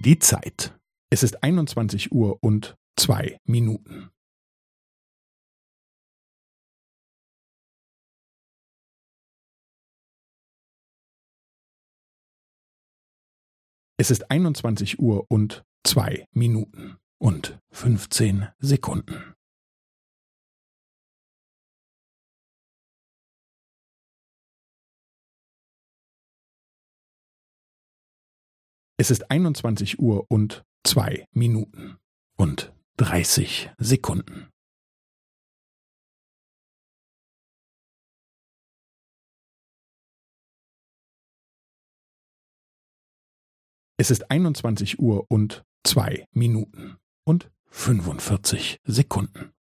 Die Zeit. Es ist 21:02. Es ist 21:02 und 15 Sekunden. Es ist 21:02 und 30 Sekunden. Es ist 21:02 und 45 Sekunden.